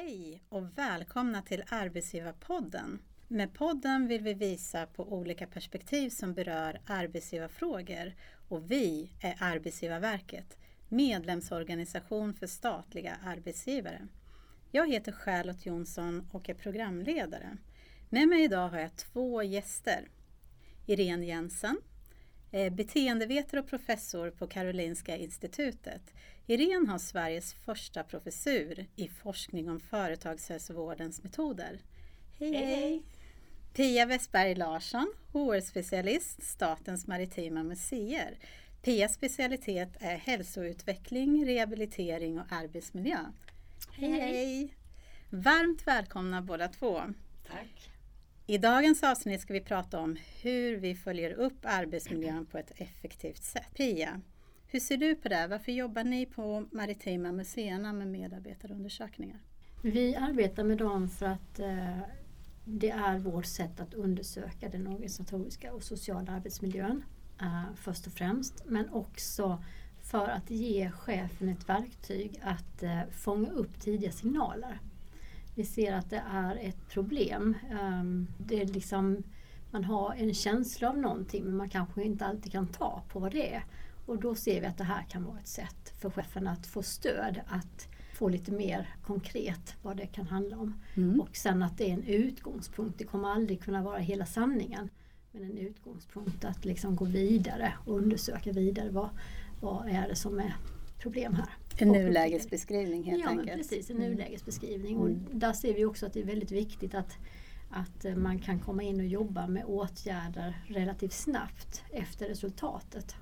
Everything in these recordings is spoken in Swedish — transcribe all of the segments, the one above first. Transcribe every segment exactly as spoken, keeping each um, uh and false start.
Hej och välkomna till Arbetsgivarpodden. Med podden vill vi visa på olika perspektiv som berör arbetsgivarfrågor och vi är Arbetsgivarverket, medlemsorganisation för statliga arbetsgivare. Jag heter Charlotte Jonsson och är programledare. Med mig idag har jag två gäster. Irene Jensen, beteendevetare och professor på Karolinska institutet. Irene har Sveriges första professur i forskning om företagshälsovårdens metoder. Hej, hej! hej. Pia Westberg Larsson, H R-specialist, Statens maritima museer. Pias specialitet är hälsoutveckling, rehabilitering och arbetsmiljö. Hej, hej! hej. Varmt välkomna båda två. Tack! I dagens avsnitt ska vi prata om hur vi följer upp arbetsmiljön på ett effektivt sätt. Pia, hur ser du på det? Varför jobbar ni på maritima museerna med medarbetarundersökningar? Vi arbetar med dem för att eh, det är vårt sätt att undersöka den organisatoriska och sociala arbetsmiljön eh, först och främst. Men också för att ge chefen ett verktyg att eh, fånga upp tidiga signaler. Vi ser att det är ett problem. Um, det är liksom, man har en känsla av någonting men man kanske inte alltid kan ta på vad det är. Och då ser vi att det här kan vara ett sätt för chefen att få stöd, att få lite mer konkret vad det kan handla om. Mm. Och sen att det är en utgångspunkt. Det kommer aldrig kunna vara hela sanningen. Men en utgångspunkt att liksom gå vidare och undersöka vidare vad, vad är det som är problem här. En nulägesbeskrivning helt ja, enkelt. Ja, precis. En nulägesbeskrivning. Mm. Och där ser vi också att det är väldigt viktigt att, att man kan komma in och jobba med åtgärder relativt snabbt efter resultatet.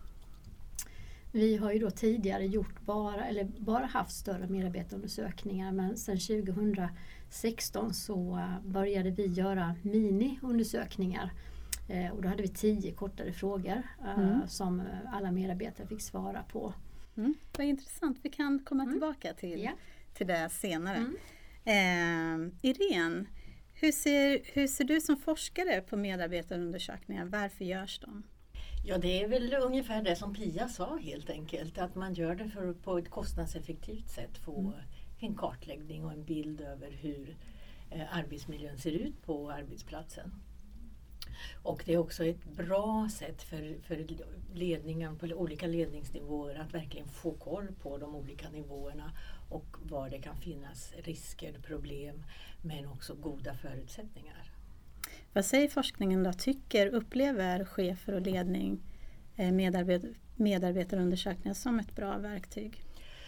Vi har ju då tidigare gjort bara, eller bara haft större medarbetarundersökningar, men sedan tjugohundrasexton så började vi göra mini-undersökningar. Eh, och då hade vi tio kortare frågor eh, mm. som alla medarbetare fick svara på. Mm, vad intressant. Vi kan komma mm. tillbaka till, yeah. till det senare. Mm. Eh, Irene, hur ser, hur ser du som forskare på medarbetarundersökningar? Varför görs de? Ja, det är väl ungefär det som Pia sa helt enkelt. Att man gör det för att på ett kostnadseffektivt sätt få mm. en kartläggning och en bild över hur eh, arbetsmiljön ser ut på arbetsplatsen. Och det är också ett bra sätt för, för ledningen på olika ledningsnivåer att verkligen få koll på de olika nivåerna och var det kan finnas risker, problem men också goda förutsättningar. Vad säger forskningen då? Tycker, upplever chefer och ledning medarbet- medarbetarundersökningar som ett bra verktyg?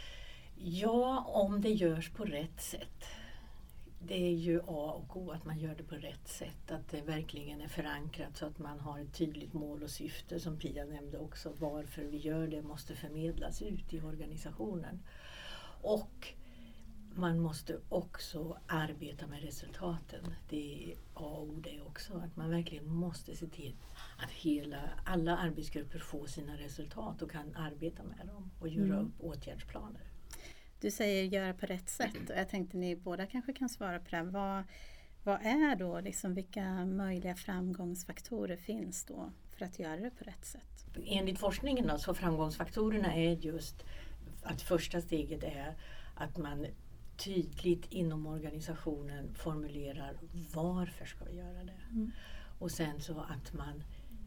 Ja, om det görs på rätt sätt. Det är ju A och O att man gör det på rätt sätt. Att det verkligen är förankrat så att man har ett tydligt mål och syfte som Pia nämnde också. Varför vi gör det måste förmedlas ut i organisationen. Och man måste också arbeta med resultaten. Det är A och O det också. Att man verkligen måste se till att hela, alla arbetsgrupper får sina resultat och kan arbeta med dem och göra mm. upp åtgärdsplaner. Du säger göra på rätt sätt och jag tänkte ni båda kanske kan svara på det. Vad, vad är då, liksom, vilka möjliga framgångsfaktorer finns då för att göra det på rätt sätt? Enligt forskningen då, så framgångsfaktorerna är just att första steget är att man tydligt inom organisationen formulerar varför ska vi göra det. Mm. Och sen så att man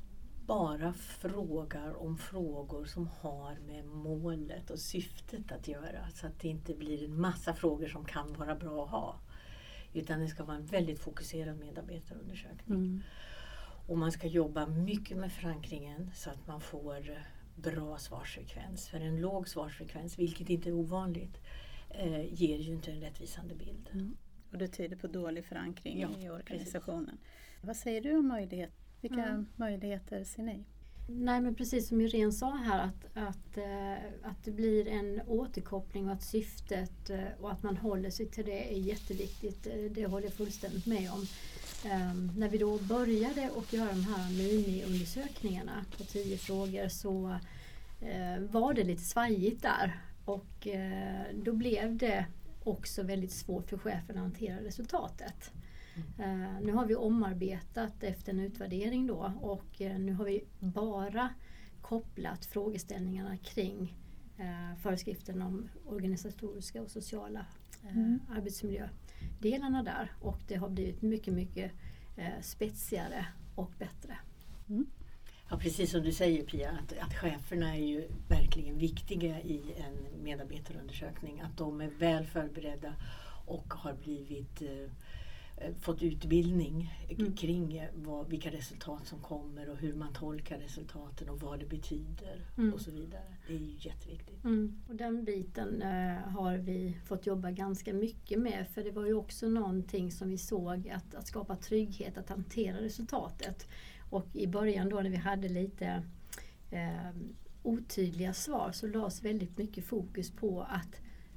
bara frågar om frågor som har med målet och syftet att göra. Så att det inte blir en massa frågor som kan vara bra att ha. Utan det ska vara en väldigt fokuserad medarbetarundersökning. Mm. Och man ska jobba mycket med förankringen så att man får bra svarsfrekvens. För en låg svarsfrekvens, vilket inte är ovanligt, eh, ger ju inte en rättvisande bild. Mm. Och det tyder på dålig förankring ja, i organisationen. Precis. Vad säger du om möjlighet? Vilka mm. möjligheter ser ni? Nej, men precis som Irene sa här att, att, att det blir en återkoppling och att syftet och att man håller sig till det är jätteviktigt. Det håller jag fullständigt med om. Um, när vi då började att göra de här mini-undersökningarna på tio frågor så uh, var det lite svajigt där. Och uh, då blev det också väldigt svårt för chefen att hantera resultatet. Mm. Uh, nu har vi omarbetat efter en utvärdering då och uh, nu har vi bara kopplat frågeställningarna kring uh, föreskriften om organisatoriska och sociala uh, mm. arbetsmiljö delarna där och det har blivit mycket, mycket eh, spetsigare och bättre. Mm. Ja, precis som du säger Pia, att, att cheferna är ju verkligen viktiga i en medarbetarundersökning. Att de är väl förberedda och har blivit eh, fått utbildning mm. kring vad, vilka resultat som kommer och hur man tolkar resultaten och vad det betyder mm. och så vidare. Det är ju jätteviktigt. Mm. Och den biten eh, har vi fått jobba ganska mycket med, för det var ju också någonting som vi såg att, att skapa trygghet, att hantera resultatet. Och i början då när vi hade lite eh, otydliga svar så lades väldigt mycket fokus på att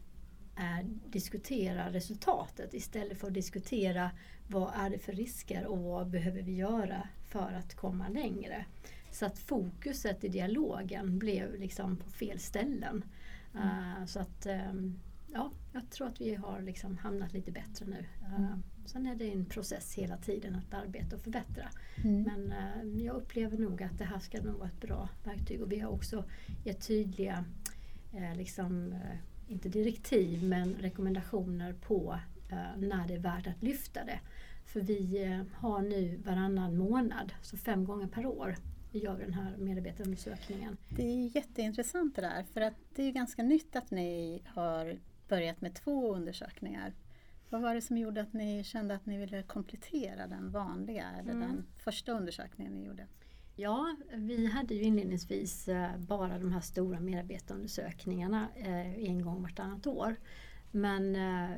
eh, diskutera resultatet istället för att diskutera vad är det för risker och vad behöver vi göra för att komma längre. Så att fokuset i dialogen blev liksom på fel ställen. Mm. Uh, så att um, ja, jag tror att vi har liksom hamnat lite bättre nu. Uh, mm. Sen är det en process hela tiden att arbeta och förbättra. Mm. Men uh, jag upplever nog att det här ska nog vara ett bra verktyg. Och vi har också gett tydliga, uh, liksom, uh, inte direktiv men rekommendationer på uh, när det är värt att lyfta det. För vi uh, har nu varannan månad, så fem gånger per år gör den här medarbetarundersökningen. Det är jätteintressant det där, för att det är ganska nytt att ni har börjat med två undersökningar. Vad var det som gjorde att ni kände att ni ville komplettera den vanliga eller mm. den första undersökningen ni gjorde? Ja, vi hade ju inledningsvis bara de här stora medarbetarundersökningarna en gång vartannat år. Men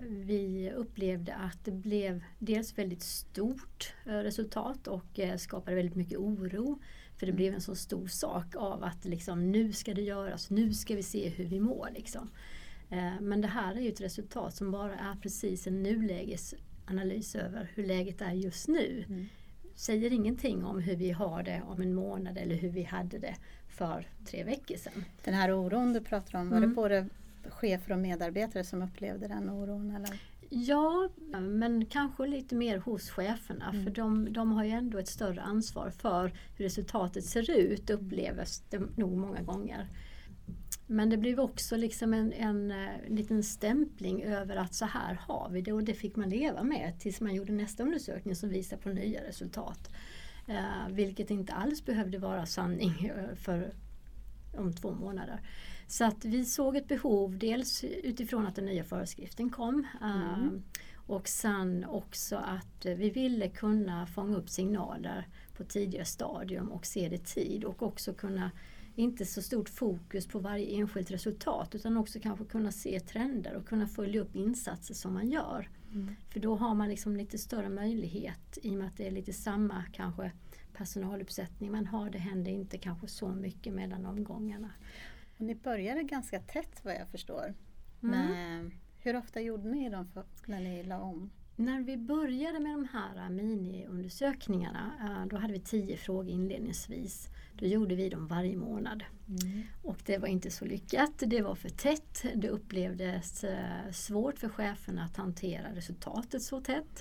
vi upplevde att det blev dels väldigt stort resultat och skapade väldigt mycket oro. För det blev en så stor sak av att liksom, nu ska det göras, nu ska vi se hur vi mår. Liksom. Men det här är ju ett resultat som bara är precis en nulägesanalys över hur läget är just nu. Mm. Säger ingenting om hur vi har det om en månad eller hur vi hade det för tre veckor sedan. Den här oron du pratar om, var mm. det både chefer och medarbetare som upplevde den oron? Eller? Ja, men kanske lite mer hos cheferna. Mm. För de, de har ju ändå ett större ansvar för hur resultatet ser ut, upplevs det nog många gånger. Men det blev också liksom en, en, en liten stämpling över att så här har vi det. Och det fick man leva med tills man gjorde nästa undersökning som visar på nya resultat. Eh, vilket inte alls behövde vara sanning för om två månader. Så att vi såg ett behov, dels utifrån att den nya föreskriften kom. Mm. Uh, och sen också att vi ville kunna fånga upp signaler på tidigare stadium och se det i tid. Och också kunna, inte så stort fokus på varje enskilt resultat, utan också kanske kunna se trender och kunna följa upp insatser som man gör. Mm. För då har man liksom lite större möjlighet, i och med att det är lite samma kanske personaluppsättning man har. Det händer inte kanske så mycket mellan omgångarna. Och ni började ganska tätt vad jag förstår. Mm. Men hur ofta gjorde ni dem för, när ni la om? När vi började med de här miniundersökningarna, då hade vi tio frågor inledningsvis. Då gjorde vi dem varje månad. Mm. Och det var inte så lyckat. Det var för tätt. Det upplevdes svårt för cheferna att hantera resultatet så tätt.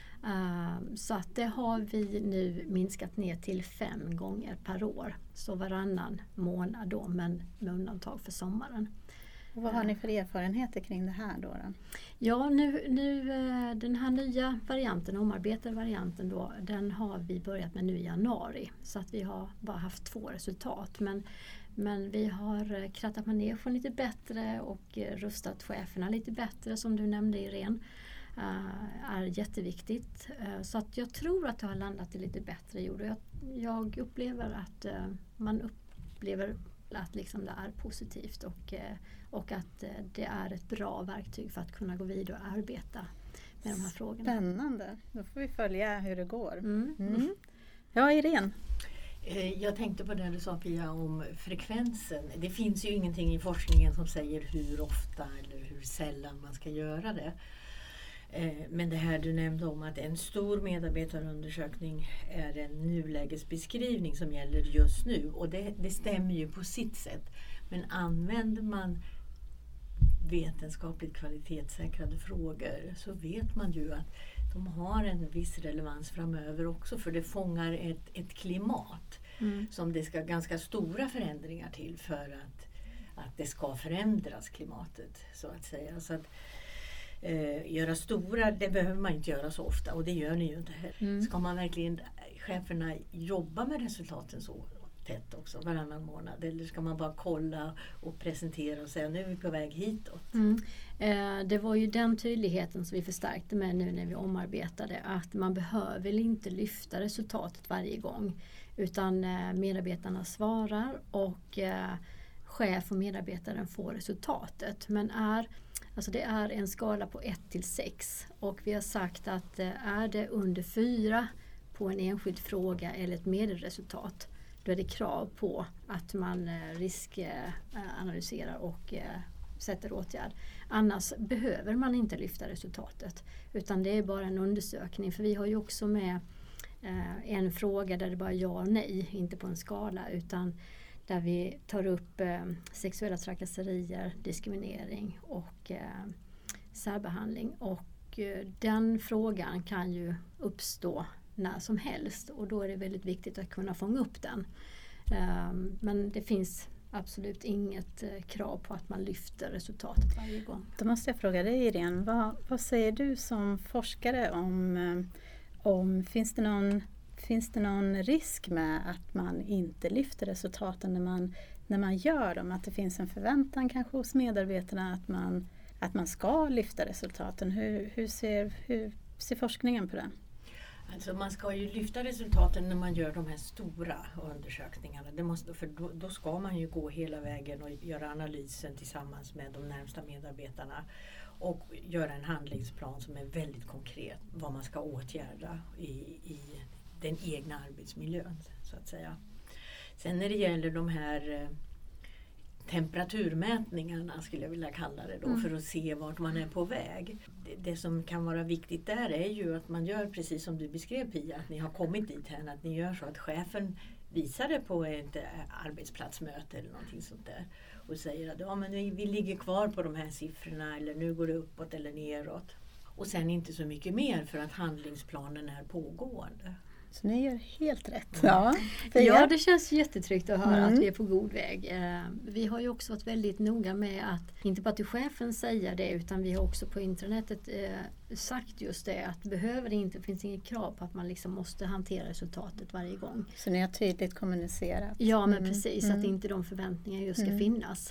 Så att det har vi nu minskat ner till fem gånger per år. Så varannan månad då, men med undantag för sommaren. Och vad har ni för erfarenheter kring det här då? då? Ja, nu, nu den här nya varianten, omarbetade varianten då, den har vi börjat med nu i januari. Så att vi har bara haft två resultat. Men, men vi har krattat manegen lite bättre och rustat cheferna lite bättre, som du nämnde, Irene. Uh, är jätteviktigt. Uh, så att jag tror att det har landat i lite bättre jord. Jag, jag upplever att uh, man upplever att liksom det är positivt och, uh, och att uh, det är ett bra verktyg för att kunna gå vidare och arbeta med de här frågorna. Spännande. Då får vi följa hur det går. Mm. Mm. Ja, Irene. Jag tänkte på det du sa, Pia, om frekvensen. Det finns ju ingenting i forskningen som säger hur ofta eller hur sällan man ska göra det. Men det här du nämnde om att en stor medarbetarundersökning är en nulägesbeskrivning som gäller just nu. Och det, det stämmer ju på sitt sätt. Men använder man vetenskapligt kvalitetssäkrade frågor så vet man ju att de har en viss relevans framöver också. För det fångar ett, ett klimat mm. som det ska ganska stora förändringar till för att, att det ska förändras, klimatet så att säga. Så att eh, göra stora, det behöver man inte göra så ofta och det gör ni ju inte heller. Mm. Ska man verkligen, cheferna, jobba med resultaten så tätt också, varannan månad? Eller ska man bara kolla och presentera och säga nu är vi på väg hitåt? Mm. Eh, det var ju den tydligheten som vi förstärkte med nu när vi omarbetade, att man behöver inte lyfta resultatet varje gång, utan eh, medarbetarna svarar och eh, chef och medarbetaren får resultatet. Men är, alltså det är en skala på ett till sex och vi har sagt att eh, är det under fyra på en enskild fråga eller ett medelresultat, då är det krav på att man riskanalyserar och sätter åtgärd. Annars behöver man inte lyfta resultatet, utan det är bara en undersökning. För vi har ju också med en fråga där det bara är ja och nej, inte på en skala, utan där vi tar upp sexuella trakasserier, diskriminering och särbehandling. Och den frågan kan ju uppstå när som helst och då är det väldigt viktigt att kunna fånga upp den. Men det finns absolut inget krav på att man lyfter resultatet varje gång. Då måste jag fråga dig, Irene, vad, vad säger du som forskare om, om finns det någon, finns det någon risk med att man inte lyfter resultaten när man, när man gör dem? Att det finns en förväntan kanske hos medarbetarna att man, att man ska lyfta resultaten. Hur, hur, ser, hur ser forskningen på det? Alltså man ska ju lyfta resultaten när man gör de här stora undersökningarna. Det måste, för då, då ska man ju gå hela vägen och göra analysen tillsammans med de närmsta medarbetarna. Och göra en handlingsplan som är väldigt konkret. Vad man ska åtgärda i, i den egna arbetsmiljön så att säga. Sen när det gäller de här temperaturmätningarna skulle jag vilja kalla det då, mm. för att se vart man är på väg. Det, det som kan vara viktigt där är ju att man gör precis som du beskrev, Pia, att ni har kommit dit här, att ni gör så att chefen visar det på ett arbetsplatsmöte eller någonting sånt där och säger att ja, men vi, vi ligger kvar på de här siffrorna eller nu går det uppåt eller neråt. Och sen inte så mycket mer för att handlingsplanen är pågående. Så ni gör helt rätt. Ja, ja, det känns jättetryggt att höra mm. att vi är på god väg. Vi har ju också varit väldigt noga med att, inte bara till chefen säga det, utan vi har också på internetet sagt just det, att behöver det inte, finns inget krav på att man liksom måste hantera resultatet varje gång. Så ni har tydligt kommunicerat? Ja, men mm. precis, mm. att inte de förväntningarna just ska mm. finnas.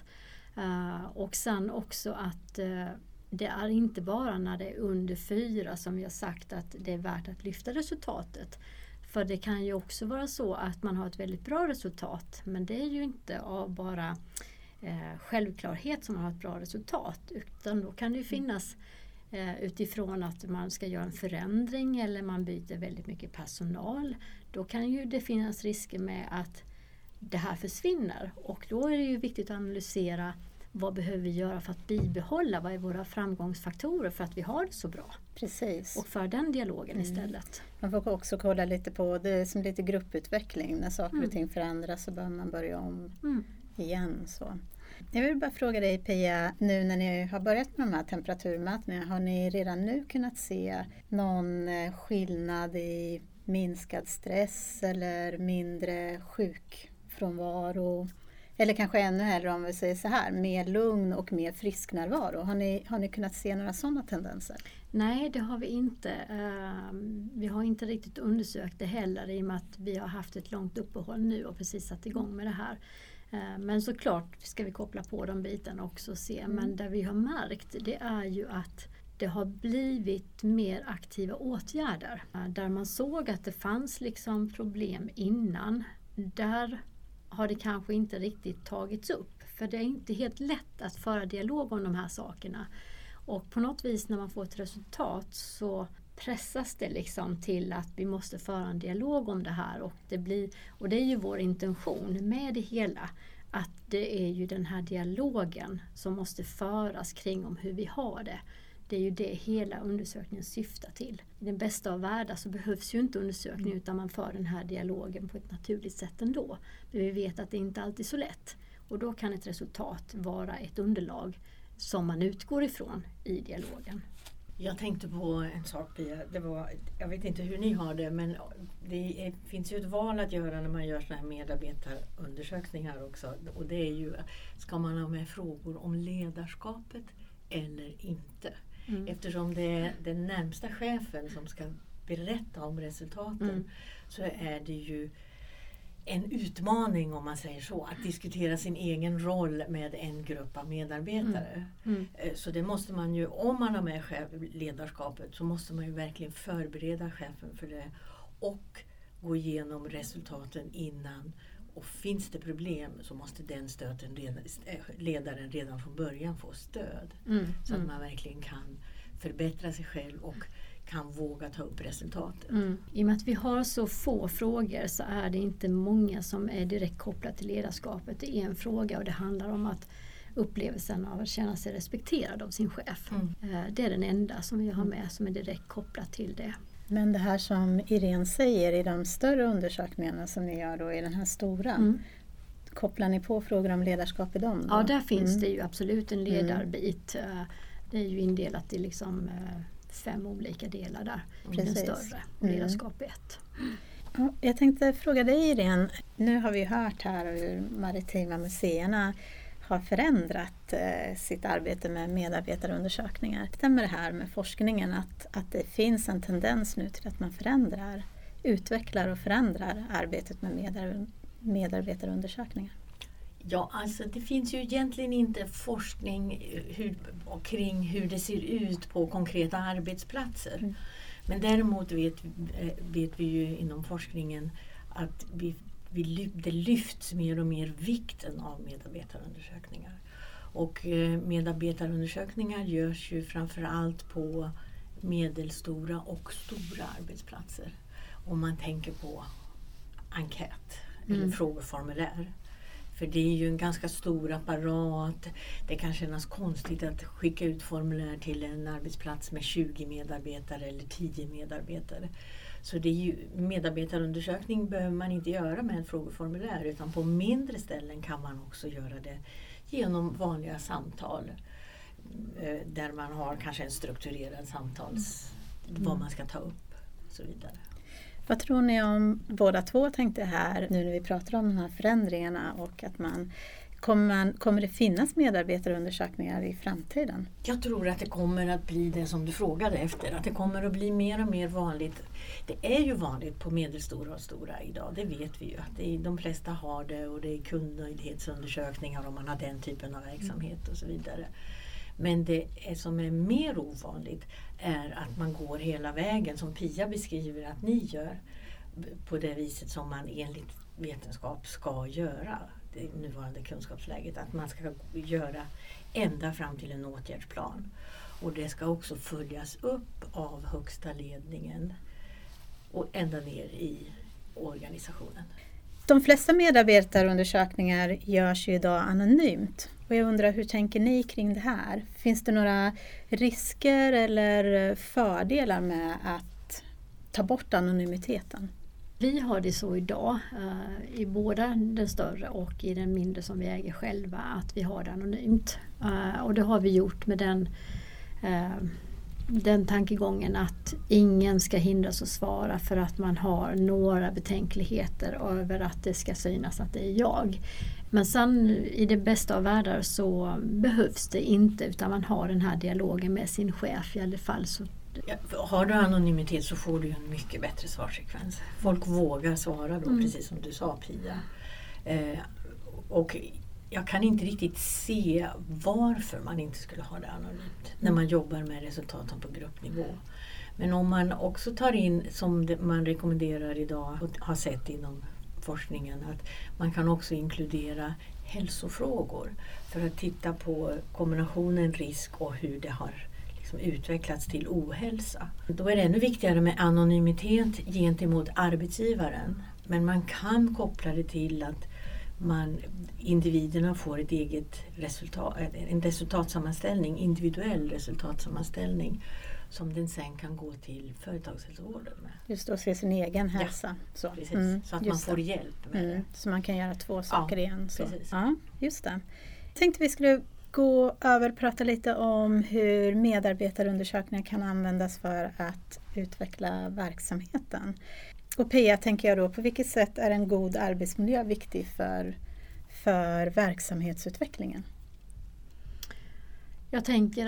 Och sen också att det är inte bara när det är under fyra som vi har sagt att det är värt att lyfta resultatet. För det kan ju också vara så att man har ett väldigt bra resultat, men det är ju inte av bara eh, självklarhet som man har ett bra resultat, utan då kan det ju finnas eh, utifrån att man ska göra en förändring eller man byter väldigt mycket personal. Då kan ju det finnas risker med att det här försvinner, och då är det ju viktigt att analysera vad behöver vi göra för att bibehålla, vad är våra framgångsfaktorer för att vi har det så bra. Precis. Och för den dialogen mm. istället. Man får också kolla lite på det som lite grupputveckling. När saker mm. och ting förändras så bör man börja om mm. igen. Så. Jag vill bara fråga dig, Pia, nu när ni har börjat med de här temperaturmätningarna, har ni redan nu kunnat se någon skillnad i minskad stress eller mindre sjukfrånvaro? Eller kanske ännu hellre om vi säger så här, mer lugn och mer frisk närvaro. Har ni, har ni kunnat se några sådana tendenser? Nej, det har vi inte. Uh, vi har inte riktigt undersökt det heller i och med att vi har haft ett långt uppehåll nu och precis satt igång med det här. Uh, men såklart ska vi koppla på de bitarna också och se. Mm. Men det vi har märkt, det är ju att det har blivit mer aktiva åtgärder. Uh, där man såg att det fanns liksom problem innan. Där har det kanske inte riktigt tagits upp. För det är inte helt lätt att föra dialog om de här sakerna. Och på något vis när man får ett resultat så pressas det liksom till att vi måste föra en dialog om det här. Och det, blir, och det är ju vår intention med det hela. Att det är ju den här dialogen som måste föras kring om hur vi har det. Det är ju det hela undersökningen syftar till. I den bästa av världar så behövs ju inte undersökning mm. utan man för den här dialogen på ett naturligt sätt ändå. Men vi vet att det inte alltid är så lätt. Och då kan ett resultat vara ett underlag som man utgår ifrån i dialogen. Jag tänkte på en sak, Pia. Det var, jag vet inte hur ni har det, men det är, finns ju ett val att göra när man gör såna här medarbetarundersökningar också. Och det är ju, ska man ha med frågor om ledarskapet eller inte? Mm. Eftersom det är den närmsta chefen som ska berätta om resultaten mm. så är det ju en utmaning, om man säger så, att diskutera sin egen roll med en grupp av medarbetare. Mm. Mm. Så det måste man ju, om man har med chef, ledarskapet, så måste man ju verkligen förbereda chefen för det och gå igenom resultaten innan. Och finns det problem så måste den stöten redan, ledaren redan från början få stöd. Mm. Så att man verkligen kan förbättra sig själv och kan våga ta upp resultatet. Mm. I och med att vi har så få frågor så är det inte många som är direkt kopplat till ledarskapet. Det är en fråga och det handlar om att upplevelsen av att känna sig respekterad av sin chef. Mm. Det är den enda som vi har med som är direkt kopplat till det. Men det här som Irene säger i de större undersökningarna som ni gör då i den här stora, mm. kopplar ni på frågor om ledarskap i dem? Då? Ja, där finns mm. det ju absolut en ledarbit. Det är ju indelat i liksom fem olika delar där. Precis. Den större och ledarskap är ett. Ja, jag tänkte fråga dig Irene, nu har vi hört här hur Maritima museerna har förändrat eh, sitt arbete med medarbetarundersökningar. Stämmer det här med forskningen att, att det finns en tendens nu till att man förändrar, utvecklar och förändrar arbetet med medar, medarbetarundersökningar? Ja, alltså det finns ju egentligen inte forskning hur, kring hur det ser ut på konkreta arbetsplatser. Mm. Men däremot vet, vet vi ju inom forskningen att vi Vi, det lyfts mer och mer vikten av medarbetarundersökningar. Och eh, medarbetarundersökningar görs ju framförallt på medelstora och stora arbetsplatser. Om man tänker på enkät mm. eller frågeformulär. För det är ju en ganska stor apparat. Det kan kännas konstigt att skicka ut formulär till en arbetsplats med tjugo medarbetare eller tio medarbetare. Så det är ju, medarbetarundersökning behöver man inte göra med en frågeformulär, utan på mindre ställen kan man också göra det genom vanliga samtal. Där man har kanske en strukturerad samtals, mm. vad man ska ta upp och så vidare. Vad tror ni om båda två tänkte här nu när vi pratar om de här förändringarna och att man kommer, man, kommer det finnas medarbetarundersökningar i framtiden? Jag tror att det kommer att bli det som du frågade efter, att det kommer att bli mer och mer vanligt. Det är ju vanligt på medelstora och stora idag, det vet vi ju. Att det är, de flesta har det och det är kundnöjdhetsundersökningar om man har den typen av verksamhet och så vidare. Men det är, som är mer ovanligt är att man går hela vägen som Pia beskriver att ni gör på det viset som man enligt vetenskap ska göra, det nuvarande kunskapsläget, att man ska göra ända fram till en åtgärdsplan. Och det ska också följas upp av högsta ledningen och ända ner i organisationen. De flesta medarbetarundersökningar görs ju idag anonymt. Och jag undrar, hur tänker ni kring det här? Finns det några risker eller fördelar med att ta bort anonymiteten? Vi har det så idag uh, i båda den större och i den mindre som vi äger själva, att vi har det anonymt. Uh, och det har vi gjort med den, uh, den tankegången att ingen ska hindras att svara för att man har några betänkligheter över att det ska synas att det är jag. Men sen i det bästa av världar så behövs det inte, utan man har den här dialogen med sin chef i alla fall. Så ja, har du anonymitet så får du en mycket bättre svarssekvens. Folk vågar svara då, mm. precis som du sa Pia. Eh, och jag kan inte riktigt se varför man inte skulle ha det anonymt mm. när man jobbar med resultaten på gruppnivå. Men om man också tar in, som det man rekommenderar idag och har sett inom forskningen, att man kan också inkludera hälsofrågor för att titta på kombinationen risk och hur det har liksom utvecklats till ohälsa. Då är det ännu viktigare med anonymitet gentemot arbetsgivaren, men man kan koppla det till att man, individerna får ett eget resultat, en resultatsammanställning, individuell resultatsammanställning som den sen kan gå till företagshälsovården med. Just då, se sin egen hälsa. Ja, så. Precis, mm, så att man får det. hjälp med mm, det. Så man kan göra två saker ja, igen. Så. Precis. Ja, just det. Jag tänkte vi skulle gå över och prata lite om hur medarbetarundersökningar kan användas för att utveckla verksamheten. Och Pia, tänker jag då, på vilket sätt är en god arbetsmiljö viktig för, för verksamhetsutvecklingen? Jag tänker att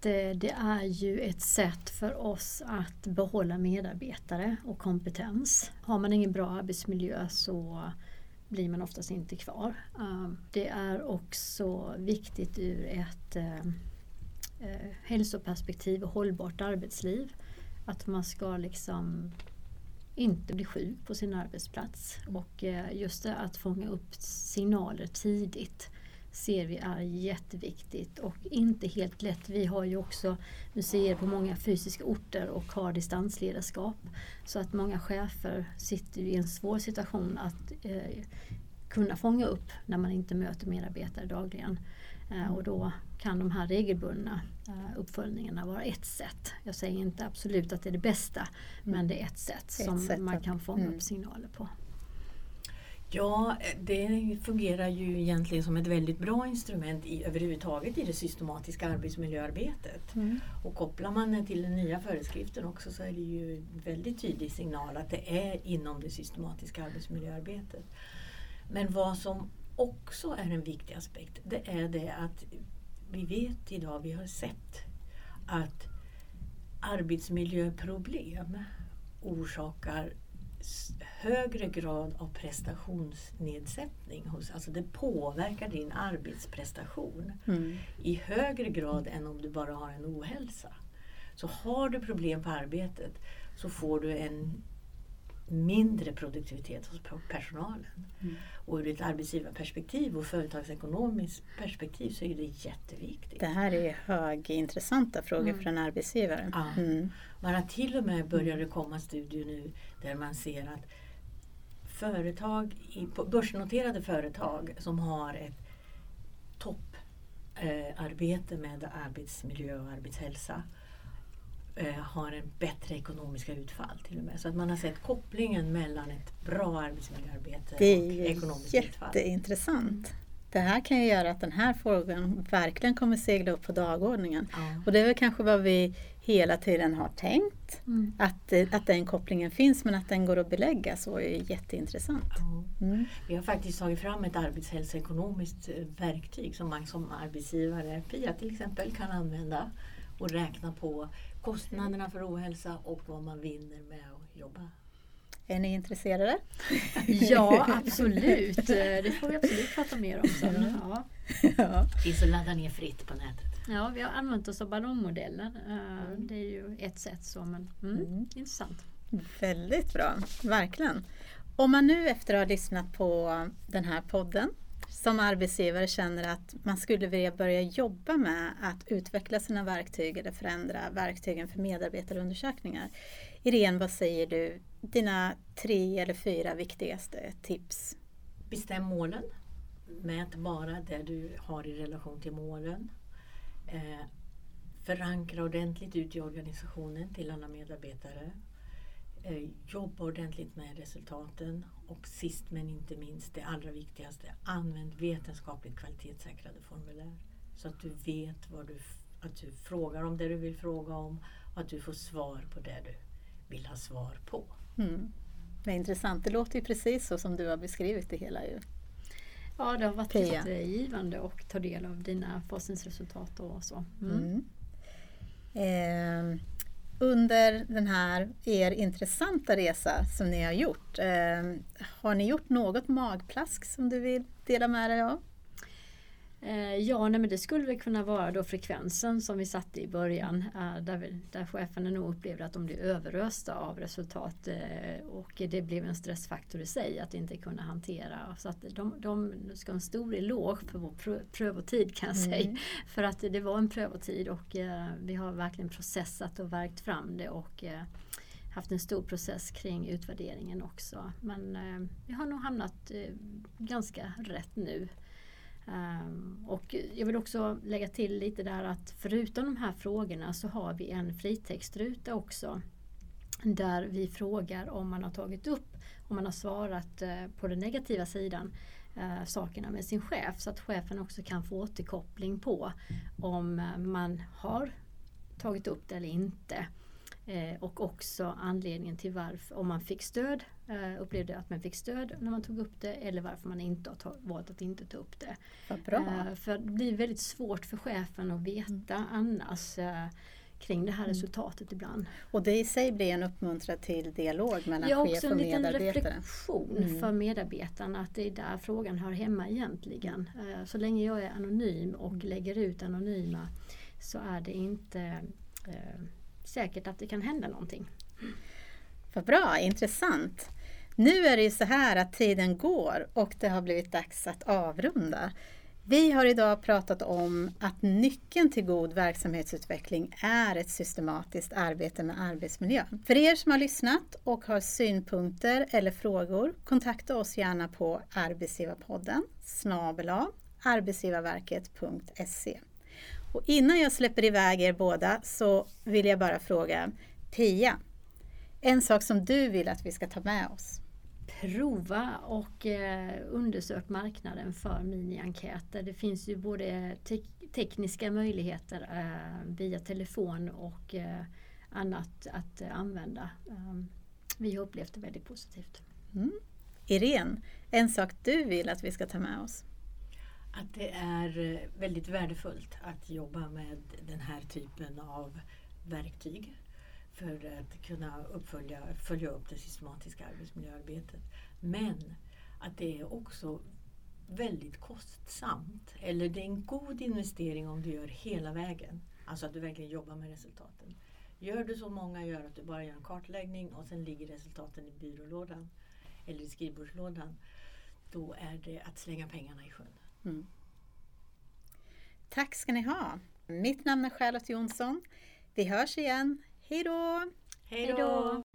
att det är ju ett sätt för oss att behålla medarbetare och kompetens. Har man ingen bra arbetsmiljö så blir man oftast inte kvar. Det är också viktigt ur ett hälsoperspektiv och hållbart arbetsliv. Att man ska liksom inte bli sjuk på sin arbetsplats. Och just det att fånga upp signaler tidigt ser vi är jätteviktigt och inte helt lätt. Vi har ju också museer på många fysiska orter och har distansledarskap. Så att många chefer sitter i en svår situation att eh, kunna fånga upp när man inte möter medarbetare dagligen. Eh, och då kan de här regelbundna eh, uppföljningarna vara ett sätt. Jag säger inte absolut att det är det bästa, mm. men det är ett sätt ett som sätt man kan fånga mm. upp signaler på. Ja, det fungerar ju egentligen som ett väldigt bra instrument i, överhuvudtaget i det systematiska arbetsmiljöarbetet. Mm. Och kopplar man det till den nya föreskriften också så är det ju en väldigt tydlig signal att det är inom det systematiska arbetsmiljöarbetet. Men vad som också är en viktig aspekt, det är det att vi vet idag, vi har sett att arbetsmiljöproblem orsakar högre grad av prestationsnedsättning hos, alltså det påverkar din arbetsprestation mm. i högre grad än om du bara har en ohälsa. Så har du problem på arbetet så får du en mindre produktivitet hos personalen. Mm. Och ur ett arbetsgivarperspektiv och företagsekonomiskt perspektiv så är det jätteviktigt. Det här är högintressanta frågor mm. för en arbetsgivare. Ja. Mm. Man har till och med börjat komma studier nu där man ser att företag, börsnoterade företag som har ett topparbete med arbetsmiljö och arbetshälsa har en bättre ekonomiska utfall till och med. Så att man har sett kopplingen mellan ett bra arbetsmiljöarbete och ekonomiskt utfall. Det är jätteintressant. Det här kan ju göra att den här frågan verkligen kommer segla upp på dagordningen. Ja. Och det är väl kanske vad vi hela tiden har tänkt. Mm. Att, att den kopplingen finns men att den går att belägga så är jätteintressant. Ja. Mm. Vi har faktiskt tagit fram ett arbetshälsoekonomiskt verktyg som man som arbetsgivare, Pia till exempel, kan använda och räkna på kostnaderna för ohälsa och vad man vinner med att jobba. Är ni intresserade? Ja, absolut. Det får vi absolut prata mer om sen. Ja. Ja. Det finns att ladda ner fritt på nätet. Ja, vi har använt oss av ballongmodellen. Mm. Det är ju ett sätt så, men mm, mm. intressant. Väldigt bra, verkligen. Om man nu efter att ha lyssnat på den här podden som arbetsgivare känner att man skulle vilja börja jobba med att utveckla sina verktyg eller förändra verktygen för medarbetarundersökningar. Irene, vad säger du? Dina tre eller fyra viktigaste tips? Bestäm målen. Mät bara det du har i relation till målen. Eh, förankra ordentligt ut i organisationen till alla medarbetare. Eh, jobba ordentligt med resultaten och sist men inte minst det allra viktigaste, använd vetenskapligt kvalitetssäkrade formulär så att du vet vad du, att du frågar om det du vill fråga om och att du får svar på det du vill ha svar på. Mm. Det är intressant, det låter ju precis så som du har beskrivit det hela ju. Ja, det har varit jättegivande att ta del av dina forskningsresultat och så. Mm. Mm. Eh, Under den här er intressanta resa som ni har gjort, eh, har ni gjort något magplask som du vill dela med dig av? Eh, ja, nej, men det skulle väl kunna vara då frekvensen som vi satte i början. Eh, där, vi, där cheferna nog upplevde att de blev överösta av resultat eh, och det blev en stressfaktor i sig att inte kunna hantera. Så att de, de ska ha en stor eloge för vår prö- prövotid kan jag mm. säga. För att det var en prövotid och eh, vi har verkligen processat och verkt fram det och eh, haft en stor process kring utvärderingen också. Men eh, vi har nog hamnat eh, ganska rätt nu. Um, och jag vill också lägga till lite där att förutom de här frågorna så har vi en fritextruta också där vi frågar om man har tagit upp, om man har svarat uh, på den negativa sidan uh, sakerna med sin chef så att chefen också kan få återkoppling på om uh, man har tagit upp det eller inte. Eh, och också anledningen till varför, om man fick stöd uh, upplevde att man fick stöd när man tog upp det eller varför man inte har ta- valt att inte ta upp det. Vad bra. Uh, för det blir väldigt svårt för chefen att veta mm. annars uh, kring det här mm. resultatet ibland. Och det i sig blir en uppmuntran till dialog mellan ja, chef och medarbetare. Ja, också en liten reflektion mm. för medarbetarna att det är där frågan hör hemma egentligen. Uh, så länge jag är anonym och mm. lägger ut anonyma så är det inte uh, säkert att det kan hända någonting. Vad bra, intressant. Nu är det ju så här att tiden går och det har blivit dags att avrunda. Vi har idag pratat om att nyckeln till god verksamhetsutveckling är ett systematiskt arbete med arbetsmiljön. För er som har lyssnat och har synpunkter eller frågor, kontakta oss gärna på arbetsgivarpodden snabel-a arbetsgivarverket punkt se. Och innan jag släpper iväg er båda så vill jag bara fråga Pia, en sak som du vill att vi ska ta med oss? Prova och eh, undersök marknaden för mini-enkäter. Det finns ju både te- tekniska möjligheter eh, via telefon och eh, annat att eh, använda. Um, vi har upplevt det väldigt positivt. Mm. Irene, en sak du vill att vi ska ta med oss? Att det är väldigt värdefullt att jobba med den här typen av verktyg för att kunna uppfölja, följa upp det systematiska arbetsmiljöarbetet. Men att det är också väldigt kostsamt. Eller det är en god investering om du gör hela vägen. Alltså att du verkligen jobbar med resultaten. Gör du så många gör att du bara gör en kartläggning och sen ligger resultaten i byrålådan eller i skrivbordslådan. Då är det att slänga pengarna i sjön. Mm. Tack ska ni ha. Mitt namn är Charlotte Jonsson. Vi hörs igen. Hej då! Hej då!